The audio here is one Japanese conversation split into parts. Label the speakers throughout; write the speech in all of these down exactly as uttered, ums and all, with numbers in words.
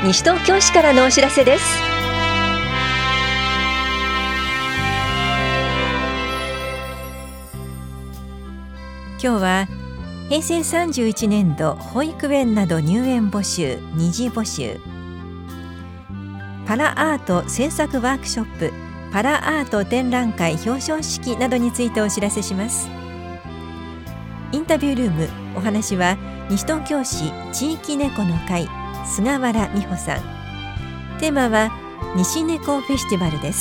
Speaker 1: 西東京市からのお知らせです。今日は平成さんじゅういちねんど保育園など入園募集二次募集、パラアート制作ワークショップ、パラアート展覧会表彰式などについてお知らせします。インタビュールーム、お話は西東京市地域猫の会菅原美穂さん。テーマは西猫フェスティバルです。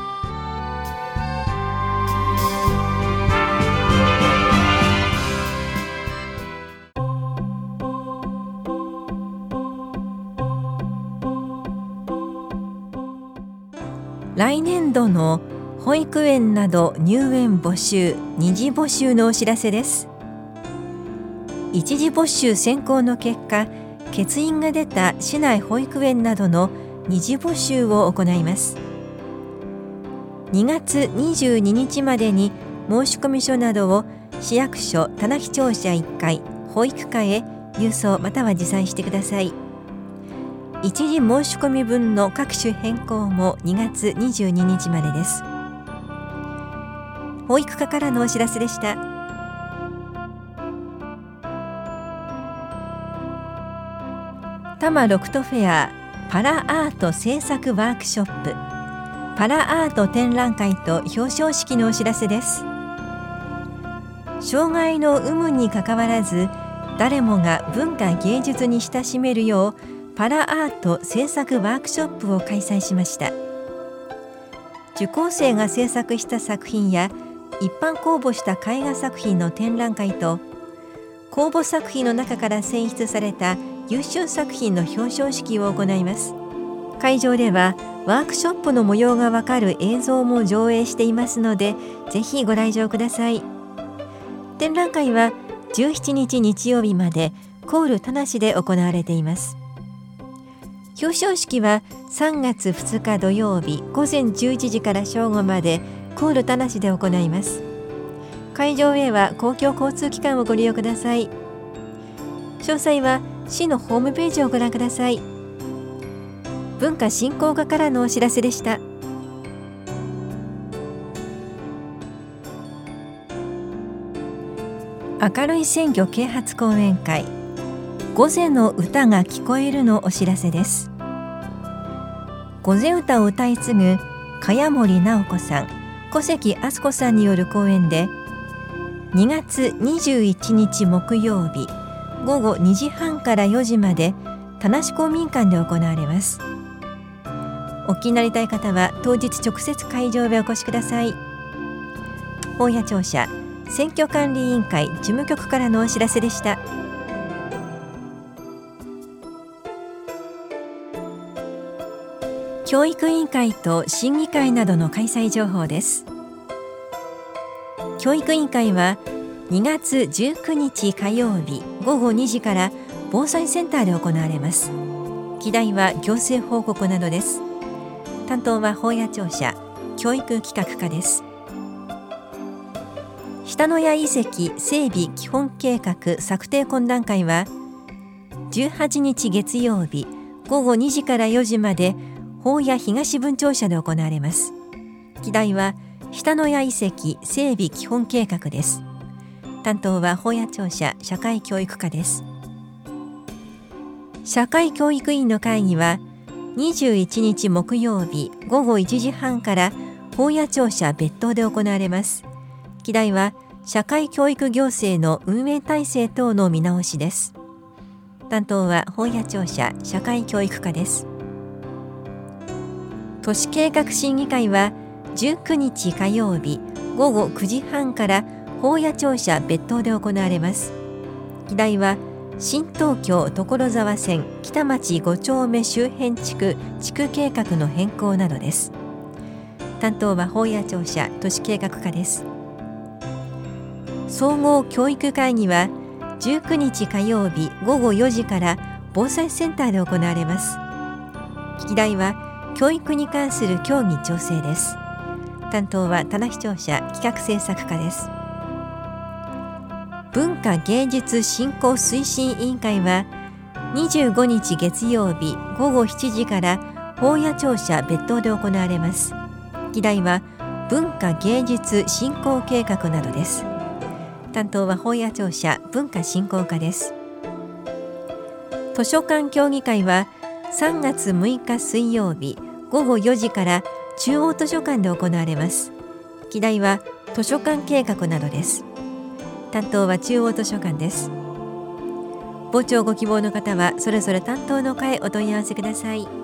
Speaker 1: 来年度の保育園など入園募集二次募集のお知らせです。一次募集選考の結果、欠員が出た市内保育園などの二次募集を行います。にがつにじゅうににちまでに申込書などを市役所棚木庁舎いっかい保育課へ郵送または持参してください。一時申し込み分の各種変更もにがつにじゅうににちまでです。保育課からのお知らせでした。多摩ロクトフェアパラアート制作ワークショップ、パラアート展覧会と表彰式のお知らせです。障害の有無にかかわらず、誰もが文化芸術に親しめるようパラアート制作ワークショップを開催しました。受講生が制作した作品や一般公募した絵画作品の展覧会と、公募作品の中から選出された優秀作品の表彰式を行います。会場ではワークショップの模様がわかる映像も上映していますので、ぜひご来場ください。展覧会はじゅうしちにち日曜日までコール田無で行われています。表彰式はさんがつふつか土曜日ごぜんじゅういちじから正午までコール田無で行います。会場へは公共交通機関をご利用ください。詳細は市のホームページをご覧ください。文化振興課からのお知らせでした。明るい鮮魚啓発講演会、御前の歌が聞こえるのお知らせです。御前歌を歌い継ぐ茅森直子さん、小関敦子さんによる講演で、にがつにじゅういちにち木曜日ごごにじはんからよじまで田無公民館で行われます。お聞きになりたい方は当日直接会場へお越しください。本屋庁舎選挙管理委員会事務局からのお知らせでした。教育委員会と審議会などの開催情報です。教育委員会はにがつじゅうくにち火曜日ごごにじから防災センターで行われます。議題は行政報告などです。担当は本屋庁舎教育企画課です。下野谷遺跡整備基本計画策定懇談会はじゅうはちにち月曜日ごごにじからよじまで本屋東分庁舎で行われます。議題は下野谷遺跡整備基本計画です。担当は本屋庁舎社会教育課です。社会教育委員の会議はにじゅういちにち木曜日ごごいちじはんから本屋庁舎別棟で行われます。議題は社会教育行政の運営体制等の見直しです。担当は本屋庁舎社会教育課です。都市計画審議会はじゅうくにち火曜日ごごくじはんから本屋庁舎別棟で行われます。議題は新東京所沢線北町ごちょうめ周辺地区地区計画の変更などです。担当は本屋庁舎都市計画課です。総合教育会議はじゅうくにち火曜日ごごよじから防災センターで行われます。議題は教育に関する協議調整です。担当は棚木庁舎企画政策課です。文化芸術振興推進委員会はにじゅうごにち月曜日ごごしちじから法屋庁舎別当で行われます。議題は文化芸術振興計画などです。担当は法屋庁舎文化振興課です。図書館協議会はさんがつむいか水曜日ごごよじから中央図書館で行われます。議題は図書館計画などです。担当は中央図書館です。傍聴ご希望の方はそれぞれ担当の課へお問い合わせください。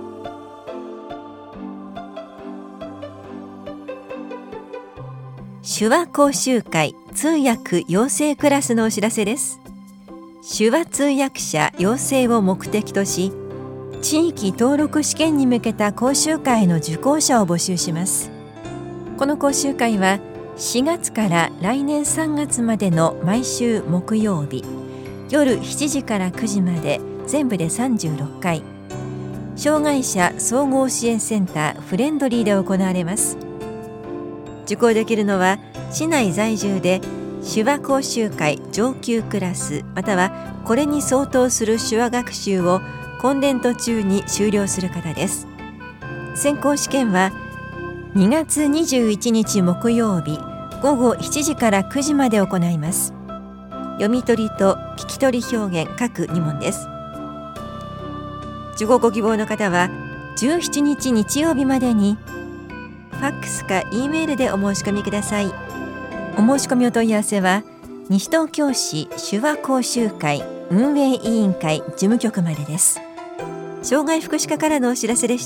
Speaker 1: 手話講習会通訳養成クラスのお知らせです。手話通訳者養成を目的とし、地域登録試験に向けた講習会の受講者を募集します。この講習会はしがつから来年さんがつまでの毎週木曜日夜しちじからくじまで全部でさんじゅうろっかい、障害者総合支援センターフレンドリーで行われます。受講できるのは市内在住で手話講習会上級クラスまたはこれに相当する手話学習を今年度中に終了する方です。選考試験はにがつにじゅういちにち木曜日ごごしちじからくじまで行います。読み取りと聞き取り表現各にもんです。受講ご希望の方はじゅうしちにち日曜日までにファックスか E メールでお申し込みください。お申し込みお問い合わせは西東京市手話講習会運営委員会事務局までです。障害福祉課からのお知らせでした。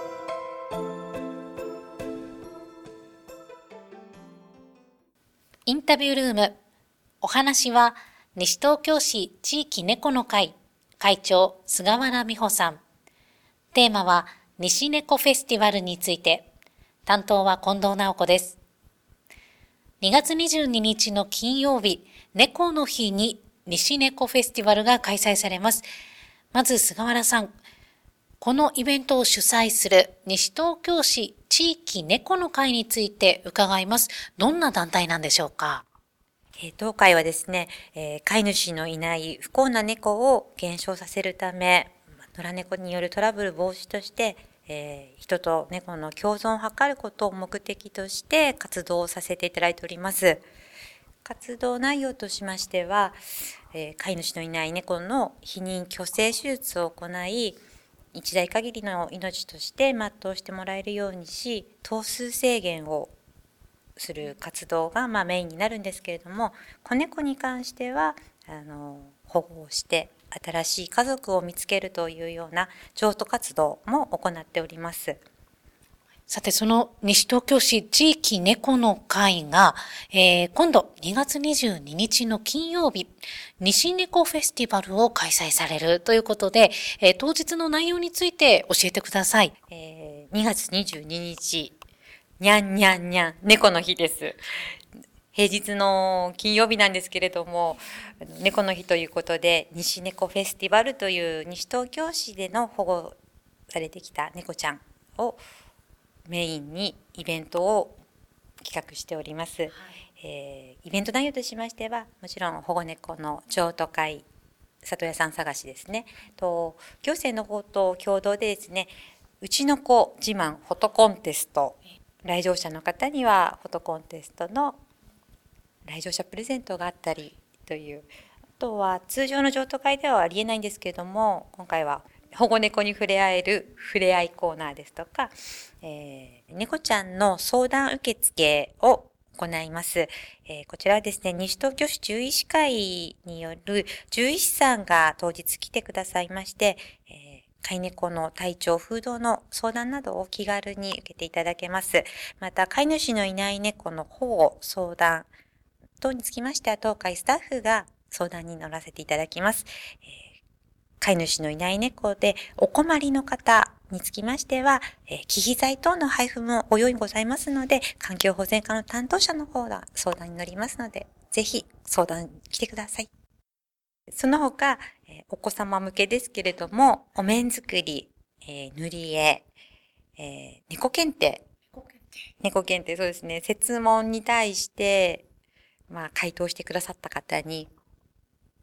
Speaker 2: インタビュールーム。お話は西東京市地域猫の会会長菅原美穂さん。テーマは西猫フェスティバルについて。担当は近藤直子です。にがつにじゅうににちの金曜日、猫の日に西猫フェスティバルが開催されます。まず菅原さん、このイベントを主催する西東京市地域猫の会について伺います。どんな団体なんでしょうか？
Speaker 3: 当会はですね、えー、飼い主のいない不幸な猫を減少させるため、野良猫によるトラブル防止として、えー、人と猫の共存を図ることを目的として活動をさせていただいております。活動内容としましては、えー、飼い主のいない猫の避妊去勢手術を行い、一代限りの命として全うしてもらえるようにし、頭数制限をする活動がまあメインになるんですけれども、子猫に関してはあの保護をして新しい家族を見つけるというような譲渡活動も行っております。
Speaker 2: さて、その西東京市地域猫の会が、えー、今度にがつにじゅうににちの金曜日、西猫フェスティバルを開催されるということで、えー、当日の内容について教えてください。
Speaker 3: えー、にがつにじゅうににち、にゃんにゃんにゃん、猫の日です。平日の金曜日なんですけれども、猫の日ということで、西猫フェスティバルという西東京市での保護されてきた猫ちゃんをメインにイベントを企画しております。はい、えー、イベント内容としましては、もちろん保護猫の譲渡会、里親さん探しですね。と行政の方と共同でですね、うちの子自慢フォトコンテスト、来場者の方にはフォトコンテストの来場者プレゼントがあったりという、あとは通常の譲渡会ではありえないんですけれども、今回は保護猫に触れ合える触れ合いコーナーですとか、えー、猫ちゃんの相談受付を行います。えー、こちらはですね、西東京市獣医師会による獣医師さんが当日来てくださいまして、えー、飼い猫の体調、風土の相談などを気軽に受けていただけます。また、飼い主のいない猫の保護、相談等につきましては、当会スタッフが相談に乗らせていただきます。えー飼い主のいない猫でお困りの方につきましては、えー、忌避剤等の配布もご用意ございますので、環境保全課の担当者の方が相談に乗りますので、ぜひ相談に来てください。その他、えー、お子様向けですけれども、お面作り、えー、塗り絵、えー、猫検定。猫検定、そうですね。設問に対して、まあ、回答してくださった方に、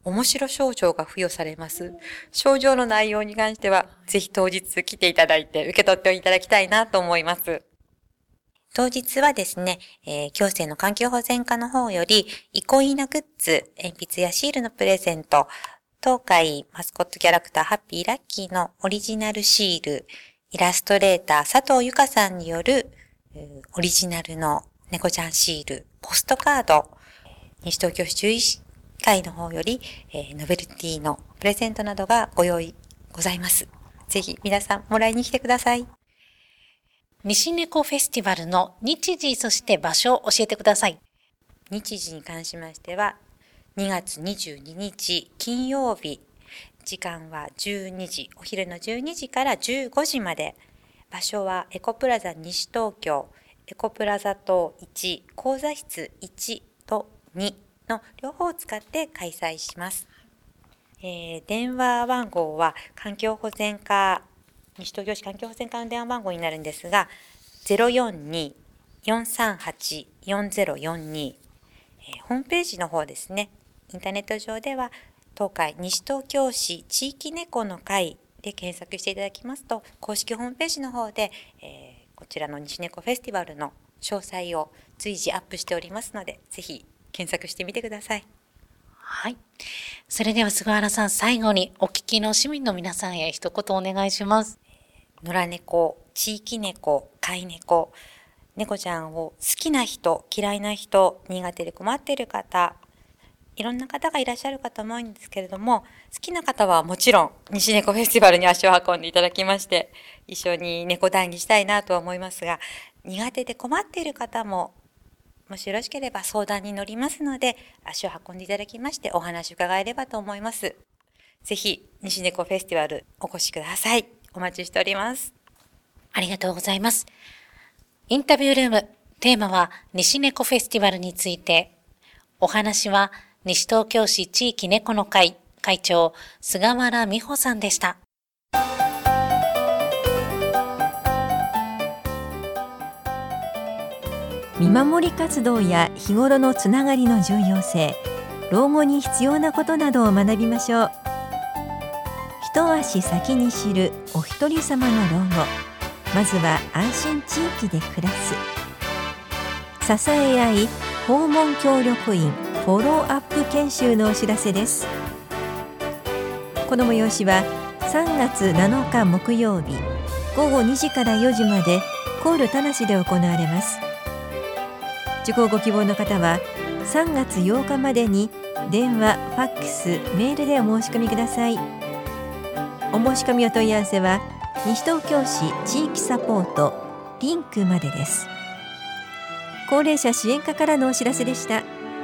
Speaker 3: 面白賞状が付与されます。賞状の内容に関しては、ぜひ当日来ていただいて受け取っていただきたいなと思います。当日はですね、えー、行政の環境保全課の方より、憩いなグッズ、鉛筆やシールのプレゼント、東海マスコットキャラクターハッピーラッキーのオリジナルシール、イラストレーター佐藤由香さんによるオリジナルの猫ちゃんシール、ポストカード、西東京市獣医師会の方より、えー、ノベルティのプレゼントなどがご用意ございます。ぜひ皆さんもらいに来てください。
Speaker 2: 西猫フェスティバルの日時、そして場所を教えてください。
Speaker 3: 日時に関しましては、にがつにじゅうににち金曜日、時間はじゅうにじ、お昼のじゅうにじからじゅうごじまで、場所はエコプラザ西東京、エコプラザ棟いち、講座室いちとにの両方を使って開催します。えー、電話番号は環境保全課、西東京市環境保全課の電話番号になるんですが、ゼロよんに よんさんはち よんゼロよんに、えー、ホームページの方ですね、インターネット上では、東海西東京市地域猫の会で検索していただきますと、公式ホームページの方で、えー、こちらの西猫フェスティバルの詳細を随時アップしておりますので、ぜひ検索してみてください。
Speaker 2: はい。それでは菅原さん、最後にお聞きの市民の皆さんへ一言お願いします。
Speaker 3: 野良猫、地域猫、飼い猫、猫ちゃんを好きな人、嫌いな人、苦手で困っている方、いろんな方がいらっしゃるかと思うんですけれども、好きな方はもちろん西猫フェスティバルに足を運んでいただきまして、一緒に猫談義したいなとは思いますが、苦手で困っている方も、もしよろしければ相談に乗りますので、足を運んでいただきましてお話を伺えればと思います。ぜひ西猫フェスティバルお越しください。お待ちしております。
Speaker 2: ありがとうございます。インタビュールーム、テーマは西猫フェスティバルについて。お話は西東京市地域猫の会会長菅原美穂さんでした。
Speaker 1: 見守り活動や日頃のつながりの重要性、老後に必要なことなどを学びましょう。一足先に知るお一人様の老後、まずは安心地域で暮らす。支え合い訪問協力員フォローアップ研修のお知らせです。この催しはさんがつなのか木曜日ごごにじからよじまでコール田無で行われます。受講ご希望の方はさんがつようかまでに電話、ファックス、メールでお申し込みください。お申し込みお問い合わせは西東京市地域サポートリンクまでです。高齢者支援課からのお知らせでした。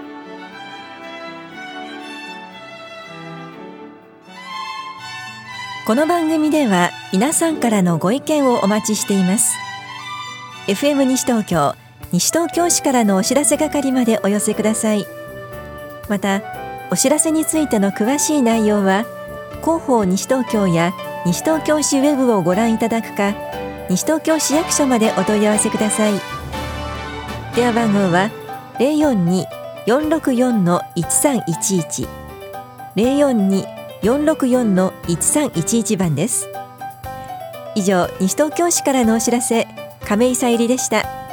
Speaker 1: この番組では皆さんからのご意見をお待ちしています。 エフエム 西東京西東京市からのお知らせ係までお寄せください。またお知らせについての詳しい内容は広報西東京や西東京市ウェブをご覧いただくか、西東京市役所までお問い合わせください。電話番号は ゼロよんに よんろくよん いちさんいちいち ゼロよんに よんろくよん いちさんいちいち番です。以上、西東京市からのお知らせ、亀井さゆりでした。